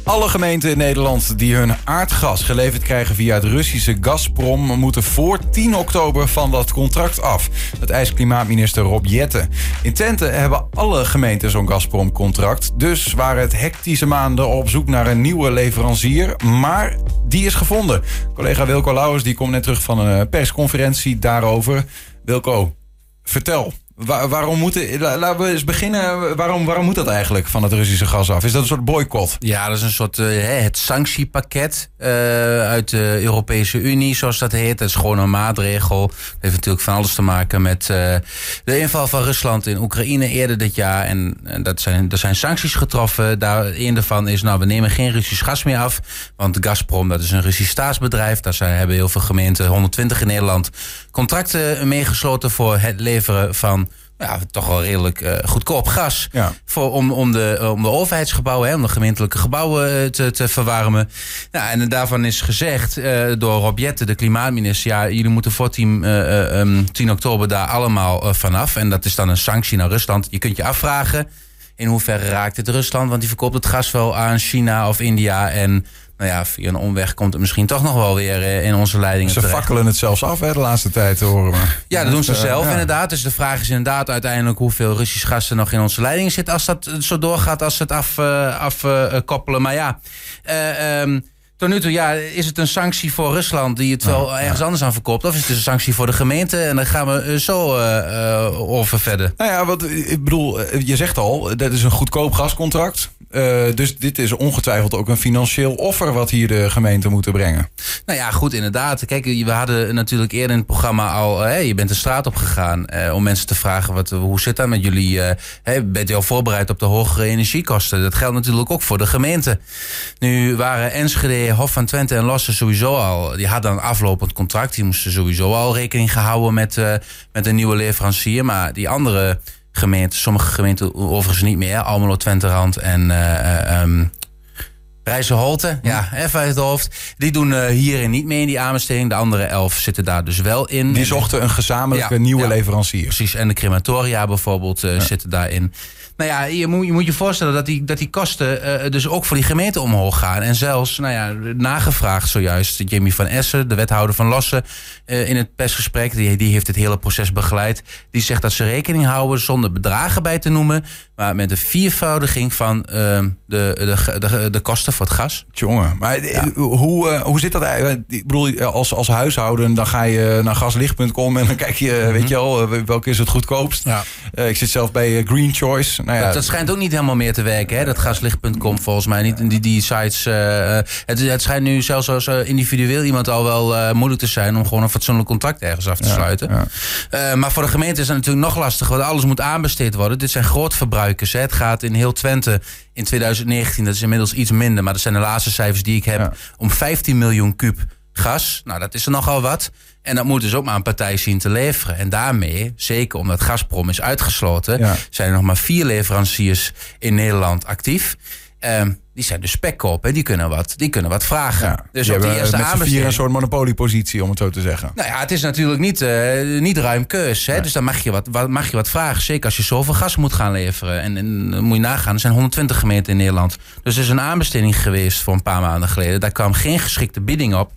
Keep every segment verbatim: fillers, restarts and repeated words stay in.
Alle gemeenten in Nederland die hun aardgas geleverd krijgen via het Russische Gazprom moeten voor tien oktober van dat contract af. Dat eist klimaatminister Rob Jetten. In Twente hebben alle gemeenten zo'n Gazprom-contract. Dus waren het hectische maanden op zoek naar een nieuwe leverancier. Maar die is gevonden. Collega Wilco Lauwers die komt net terug van een persconferentie daarover. Wilco, vertel. Waar, waarom moeten, laten we eens beginnen. Waarom, waarom moet dat eigenlijk van het Russische gas af? Is dat een soort boycott? Ja, dat is een soort uh, het sanctiepakket uh, uit de Europese Unie, zoals dat heet. Dat is gewoon een maatregel. Dat heeft natuurlijk van alles te maken met uh, de inval van Rusland in Oekraïne eerder dit jaar. En, en dat zijn, er zijn sancties getroffen. Daar, een daarvan is, nou, we nemen geen Russisch gas meer af. Want Gazprom, dat is een Russisch staatsbedrijf. Daar zijn, hebben heel veel gemeenten, honderdtwintig in Nederland, contracten meegesloten voor het leveren van ja, toch wel redelijk uh, goedkoop gas. Ja. Voor, om, om, de, om de overheidsgebouwen, hè, om de gemeentelijke gebouwen te, te verwarmen. Ja, en daarvan is gezegd uh, door Rob Jetten, de klimaatminister, ja, jullie moeten voor tien, uh, um, tien oktober daar allemaal uh, vanaf. En dat is dan een sanctie naar Rusland. Je kunt je afvragen in hoeverre raakt het Rusland, want die verkoopt het gas wel aan China of India. En nou ja, via een omweg komt het misschien toch nog wel weer in onze leidingen Ze terecht. fakkelen het zelfs af, hè, de laate tijd, horen we. Ja, dat doen ze zelf ja. inderdaad. Dus de vraag is inderdaad uiteindelijk hoeveel Russisch gas er nog in onze leidingen zit. Als dat zo doorgaat, als ze het afkoppelen. Af, uh, koppelen. Maar ja, uh, um, tot nu toe, ja, is het een sanctie voor Rusland die het wel ja, ergens ja. anders aan verkoopt? Of is het een sanctie voor de gemeente? En daar gaan we zo uh, uh, over verder. Nou ja, wat, ik bedoel, je zegt al, dat is een goedkoop gascontract. Uh, dus dit is ongetwijfeld ook een financieel offer wat hier de gemeenten moeten brengen. Nou ja, goed, inderdaad. Kijk, we hadden natuurlijk eerder in het programma al, uh, je bent de straat op gegaan uh, om mensen te vragen, wat, hoe zit dat met jullie? Uh, hey, bent u al voorbereid op de hogere energiekosten? Dat geldt natuurlijk ook voor de gemeente. Nu waren Enschede, Hof van Twente en Lossen sowieso al, die hadden een aflopend contract. Die moesten sowieso al rekening gehouden met, uh, met een nieuwe leverancier. Maar die andere gemeenten, sommige gemeenten overigens niet meer, Almelo, Twenterand en uh, um, Rijsselholte, ja, even uit het hoofd. Die doen uh, hierin niet mee in die aanbesteding. De andere elf zitten daar dus wel in. Die zochten een gezamenlijke ja, nieuwe ja, leverancier. Precies, en de crematoria bijvoorbeeld uh, ja. zitten daarin. Nou ja, je moet je, moet je voorstellen dat die, dat die kosten uh, dus ook voor die gemeente omhoog gaan. En zelfs, nou ja, nagevraagd zojuist, Jamie van Essen, de wethouder van Lossen, uh, in het persgesprek, die, die heeft het hele proces begeleid. Die zegt dat ze rekening houden zonder bedragen bij te noemen, maar met de viervoudiging van uh, de, de, de, de kosten voor het gas. Tjonge, maar ja. hoe, uh, hoe zit dat eigenlijk? Ik bedoel, als, als huishouden, dan ga je naar gaslicht punt com en dan kijk je, mm-hmm. weet je wel, welke is het goedkoopst. Ja. Uh, ik zit zelf bij Green Choice. Nou ja, dat, dat schijnt ook niet helemaal meer te werken, hè? Dat gaslicht punt com volgens mij niet. Die, die sites, uh, het, het schijnt nu zelfs als uh, individueel iemand al wel uh, moeilijk te zijn om gewoon een fatsoenlijk contract ergens af te ja, sluiten. Ja. Uh, maar voor de gemeente is het natuurlijk nog lastig, want alles moet aanbesteed worden. Dit zijn grootverbruikers. Hè? Het gaat in heel Twente in twintig negentien, dat is inmiddels iets minder, maar dat zijn de laatste cijfers die ik heb, ja. om vijftien miljoen kuub gas. Nou, dat is er nogal wat. En dat moet dus ook maar een partij zien te leveren. En daarmee, zeker omdat Gazprom is uitgesloten, ja. zijn er nog maar vier leveranciers in Nederland actief. Um, die zijn dus spekkoop, hè? Die kunnen wat, die kunnen wat vragen. Ja, dus op die eerste aanbesteding een soort monopoliepositie, om het zo te zeggen. Nou ja, het is natuurlijk niet, uh, niet ruim keus. Hè? Nee. Dus dan mag je, wat, wat, mag je wat vragen. Zeker als je zoveel gas moet gaan leveren. En, en dan moet je nagaan, er zijn honderdtwintig gemeenten in Nederland. Dus er is een aanbesteding geweest voor een paar maanden geleden. Daar kwam geen geschikte bieding op.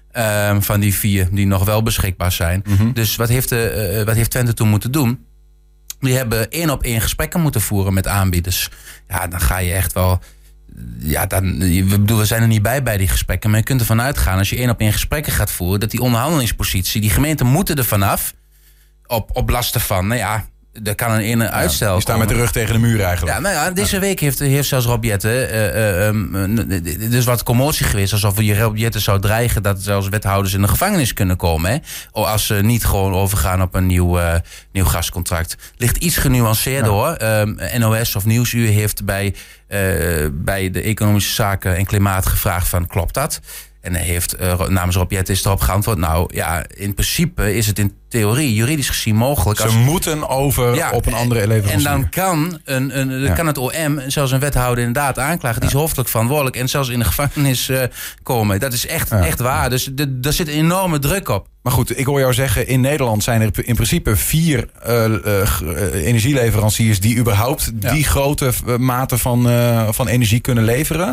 Um, van die vier die nog wel beschikbaar zijn. Mm-hmm. Dus wat heeft, de, uh, wat heeft Twente toen moeten doen? Die hebben één op één gesprekken moeten voeren met aanbieders. Ja, dan ga je echt wel. Ja, dan, we, bedoel, we zijn er niet bij bij die gesprekken. Maar je kunt ervan uitgaan, als je één op één gesprekken gaat voeren, dat die onderhandelingspositie, die gemeenten moeten er vanaf. Op, op lasten van, nou ja, er kan een ene uitstel ja, die staan met de rug tegen de muur eigenlijk. Ja, nou ja, deze ja. week heeft, heeft zelfs Rob Jetten, uh, uh, um, er is wat commotie geweest, alsof je Rob Jetten zou dreigen dat zelfs wethouders in de gevangenis kunnen komen. Hè? Als ze niet gewoon overgaan op een nieuw, uh, nieuw gascontract. Ligt iets genuanceerder ja. hoor. Um, N O S of Nieuwsuur heeft bij, uh, bij de Economische Zaken en Klimaat gevraagd van, klopt dat? En hij heeft uh, namens Rob Jetten is erop geantwoord, nou ja, in principe is het in theorie, juridisch gezien mogelijk. Ze als, moeten over ja, op een andere leverancier. En dan kan, een, een, dan ja. kan het O M, zelfs een wethouder inderdaad aanklagen. Die is ja. hoofdelijk verantwoordelijk en zelfs in de gevangenis uh, komen. Dat is echt, ja. echt waar. Dus de, daar zit een enorme druk op. Maar goed, ik hoor jou zeggen, in Nederland zijn er in principe vier uh, uh, energieleveranciers die überhaupt ja. die grote mate van, uh, van energie kunnen leveren.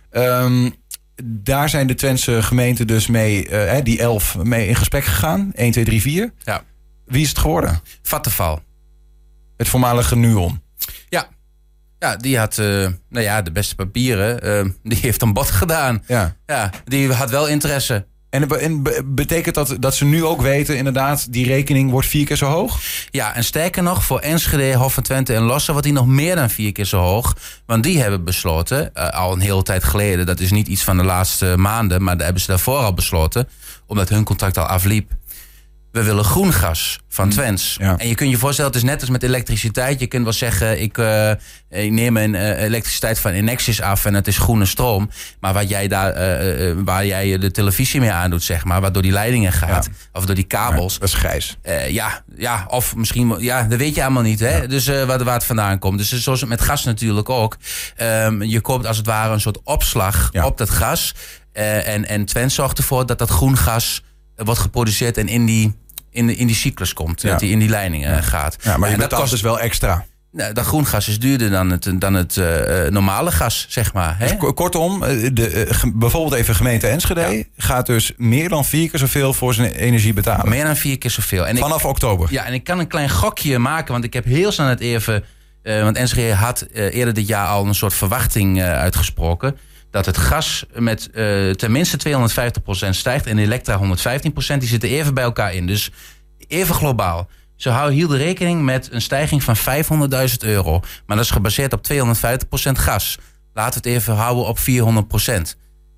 Um, daar zijn de Twentse gemeenten dus mee, uh, die elf, mee in gesprek gegaan. één, twee, drie, vier. Ja. Wie is het geworden? Vattenfall. Het voormalige Nuon. Ja. Ja, die had uh, nou ja, de beste papieren. Uh, die heeft een bod gedaan. Ja. Ja, die had wel interesse. En, en betekent dat dat ze nu ook weten, inderdaad, die rekening wordt vier keer zo hoog? Ja, en sterker nog, voor Enschede, Hof van Twente en Losser wordt die nog meer dan vier keer zo hoog. Want die hebben besloten, uh, al een hele tijd geleden, dat is niet iets van de laatste maanden, maar daar hebben ze daarvoor al besloten, omdat hun contract al afliep. We willen groen gas van Twents. Ja. En je kunt je voorstellen, het is net als met elektriciteit. Je kunt wel zeggen, ik, uh, ik neem een uh, elektriciteit van Enexis af en het is groene stroom. Maar waar jij, daar, uh, uh, waar jij de televisie mee aandoet, zeg maar, waar door die leidingen gaat, ja. of door die kabels. Ja, dat is grijs. Uh, ja, ja, of misschien, ja, dat weet je allemaal niet. Hè? Ja. Dus uh, waar, waar het vandaan komt. Dus zoals het met gas natuurlijk ook. Um, je koopt als het ware een soort opslag ja. op dat gas. Uh, en, en Twents zorgt ervoor dat dat groen gas wordt geproduceerd en in die, in de, in die cyclus komt. Ja. Dat die in die leidingen ja. gaat. Ja, maar je en betaalt dat kost dus wel extra. Nou, dat groen gas is duurder dan het, dan het uh, normale gas, zeg maar. Hè? Dus kortom, de, uh, bijvoorbeeld even gemeente Enschede ja. gaat dus meer dan vier keer zoveel voor zijn energie betalen. Meer dan vier keer zoveel. En Vanaf ik, oktober. Ja, en ik kan een klein gokje maken, want ik heb heel snel het even... Uh, want Enschede had uh, eerder dit jaar al een soort verwachting uh, uitgesproken dat het gas met uh, tenminste tweehonderdvijftig procent stijgt en Elektra honderdvijftien procent. Die zitten even bij elkaar in. Dus even globaal. Ze hielden rekening met een stijging van vijfhonderdduizend euro. Maar dat is gebaseerd op tweehonderdvijftig procent gas. Laten we het even houden op vierhonderd procent.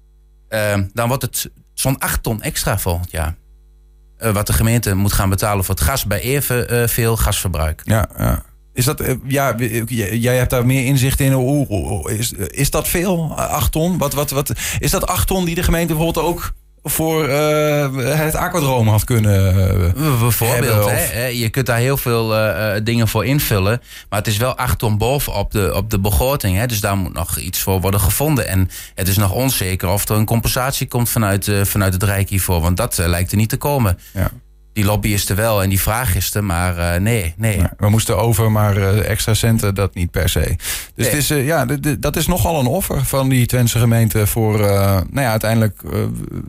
Uh, dan wordt het zo'n acht ton extra volgend jaar. Uh, wat de gemeente moet gaan betalen voor het gas bij even uh, veel gasverbruik. Ja, ja. Is dat, ja, jij hebt daar meer inzicht in. Hoe, is, is dat veel? acht ton? Wat, wat, wat, is dat acht ton die de gemeente bijvoorbeeld ook voor uh, het aquadroom had kunnen uh, Bijvoorbeeld, hebben, hè, je kunt daar heel veel uh, dingen voor invullen. Maar het is wel acht ton bovenop de, op de begroting. Hè, dus daar moet nog iets voor worden gevonden. En het is nog onzeker of er een compensatie komt vanuit, uh, vanuit het Rijk hiervoor. Want dat uh, lijkt er niet te komen. Ja. Die lobby is er wel en die vraag is er, maar uh, nee, nee. Ja, we moesten over, maar uh, extra centen, dat niet per se. Dus nee. het is, uh, ja, d- d- dat is nogal een offer van die Twentse gemeente voor, uh, nou ja, uiteindelijk uh,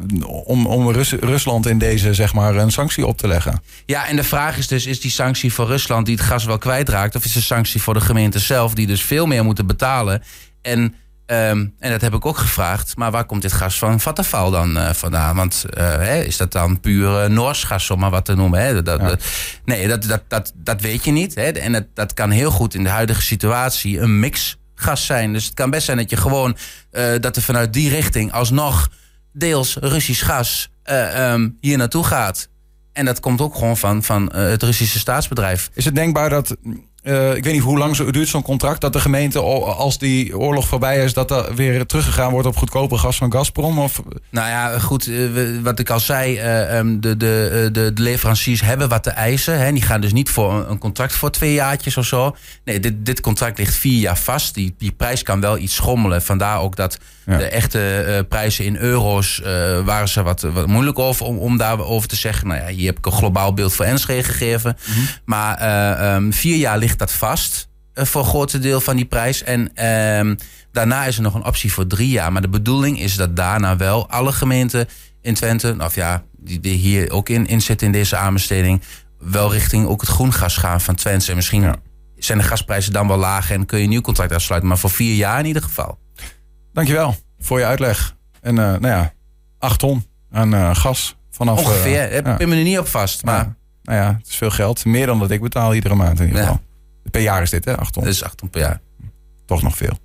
om, om Rus- Rusland in deze, zeg maar, een sanctie op te leggen. Ja, en de vraag is dus, is die sanctie voor Rusland die het gas wel kwijtraakt, of is de sanctie voor de gemeente zelf die dus veel meer moeten betalen? En Um, en dat heb ik ook gevraagd. Maar waar komt dit gas van Vattenfall dan uh, vandaan? Want uh, hè, is dat dan puur uh, Noors gas, om maar wat te noemen? Hè? Dat, ja. dat, nee, dat, dat, dat, dat weet je niet. Hè? En dat, dat kan heel goed in de huidige situatie een mixgas zijn. Dus het kan best zijn dat je gewoon uh, dat er vanuit die richting alsnog deels Russisch gas uh, um, hier naartoe gaat. En dat komt ook gewoon van, van uh, het Russische staatsbedrijf. Is het denkbaar dat... Uh, ik weet niet hoe lang zo, duurt zo'n contract, dat de gemeente, als die oorlog voorbij is, dat er weer teruggegaan wordt op goedkoper gas van Gazprom? Of? Nou ja, goed, uh, wat ik al zei, uh, um, de, de, de, de leveranciers hebben wat te eisen. Hè. Die gaan dus niet voor een, een contract voor twee jaartjes of zo. Nee, dit, dit contract ligt vier jaar vast. Die, die prijs kan wel iets schommelen. Vandaar ook dat ja. de echte uh, prijzen in euro's uh, waren ze wat, wat moeilijk over om, om daarover te zeggen. Nou ja, hier heb ik een globaal beeld voor Enschede gegeven. Mm-hmm. Maar uh, um, vier jaar ligt dat vast uh, voor een groot deel van die prijs. En uh, daarna is er nog een optie voor drie jaar. Maar de bedoeling is dat daarna wel alle gemeenten in Twente, of ja, die, die hier ook in, in zitten in deze aanbesteding, wel richting ook het groen gas gaan van Twente. En misschien ja. zijn de gasprijzen dan wel laag en kun je een nieuw contract afsluiten. Maar voor vier jaar in ieder geval. Dankjewel voor je uitleg. En uh, nou ja, acht ton aan uh, gas vanaf... Ongeveer, uh, ik ja. ben me er niet op vast. Maar... Ja. Nou ja, het is veel geld. Meer dan dat ik betaal iedere maand in ieder geval. Ja. Per jaar is dit, hè? acht ton. Dat is acht ton per jaar. Toch nog veel.